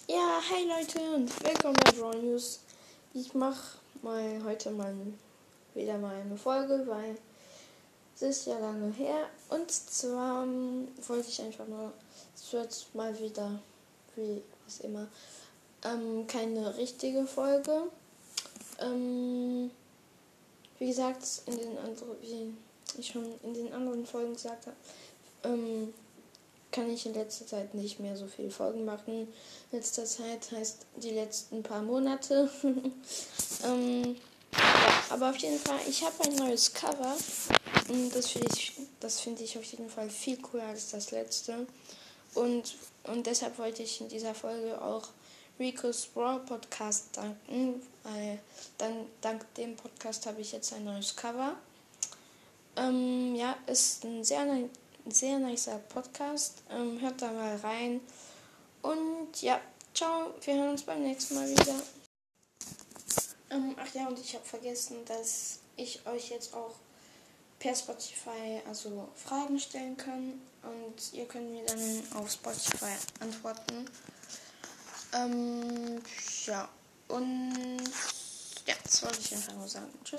Ja, hi Leute und willkommen bei Brawl News. Ich mache heute wieder mal eine Folge, weil es ist ja lange her. Und zwar wollte ich einfach nur, es wird mal wieder, wie was immer, keine richtige Folge. Wie gesagt, wie ich schon in den anderen Folgen gesagt habe, kann ich in letzter Zeit nicht mehr so viele Folgen machen. Letzter Zeit heißt die letzten paar Monate. Ja, aber auf jeden Fall, ich habe ein neues Cover. Und das finde ich auf jeden Fall viel cooler als das letzte. Und deshalb wollte ich in dieser Folge auch Rico's Brawl Podcast danken. Weil dank dem Podcast habe ich jetzt ein neues Cover. Ja, ist ein sehr nicer Podcast. Hört da mal rein. Und ja, ciao. Wir hören uns beim nächsten Mal wieder. Ach ja, und ich habe vergessen, dass ich euch jetzt auch per Spotify also Fragen stellen kann. Und ihr könnt mir dann auf Spotify antworten. Ja, und ja, das wollte ich einfach nur sagen. Tschüss.